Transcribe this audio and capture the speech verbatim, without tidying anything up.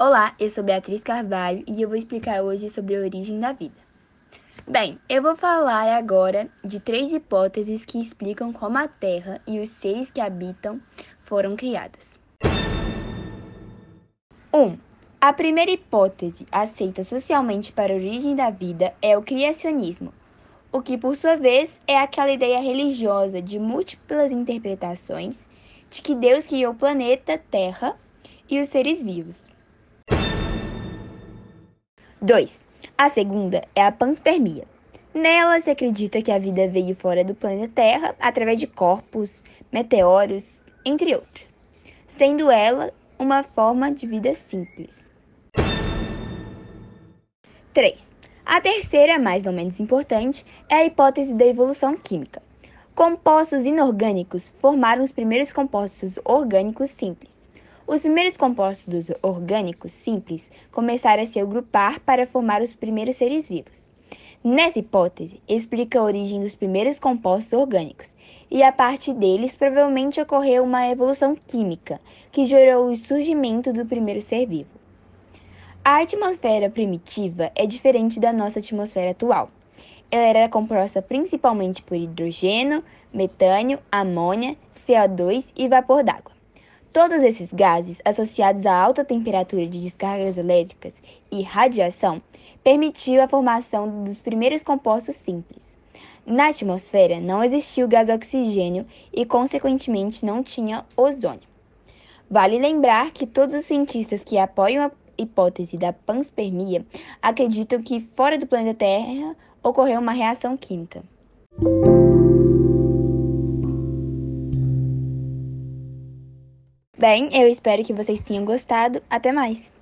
Olá, eu sou Beatriz Carvalho e eu vou explicar hoje sobre a origem da vida. Bem, eu vou falar agora de três hipóteses que explicam como a Terra e os seres que habitam foram criados. um. A primeira hipótese aceita socialmente para a origem da vida é o criacionismo, o que, por sua vez, é aquela ideia religiosa de múltiplas interpretações de que Deus criou o planeta Terra e os seres vivos. dois. A segunda é a panspermia. Nela se acredita que a vida veio fora do planeta Terra através de corpos, meteoros, entre outros, sendo ela uma forma de vida simples. três. A terceira, mais ou menos importante, é a hipótese da evolução química. Compostos inorgânicos formaram os primeiros compostos orgânicos simples. Os primeiros compostos orgânicos simples começaram a se agrupar para formar os primeiros seres vivos. Nessa hipótese, explica a origem dos primeiros compostos orgânicos, e a partir deles provavelmente ocorreu uma evolução química, que gerou o surgimento do primeiro ser vivo. A atmosfera primitiva é diferente da nossa atmosfera atual. Ela era composta principalmente por hidrogênio, metânio, amônia, C O dois e vapor d'água. Todos esses gases, associados à alta temperatura de descargas elétricas e radiação, permitiu a formação dos primeiros compostos simples. Na atmosfera não existia o gás oxigênio e, consequentemente, não tinha ozônio. Vale lembrar que todos os cientistas que apoiam a hipótese da panspermia acreditam que fora do planeta Terra ocorreu uma reação química. Bem, eu espero que vocês tenham gostado. Até mais!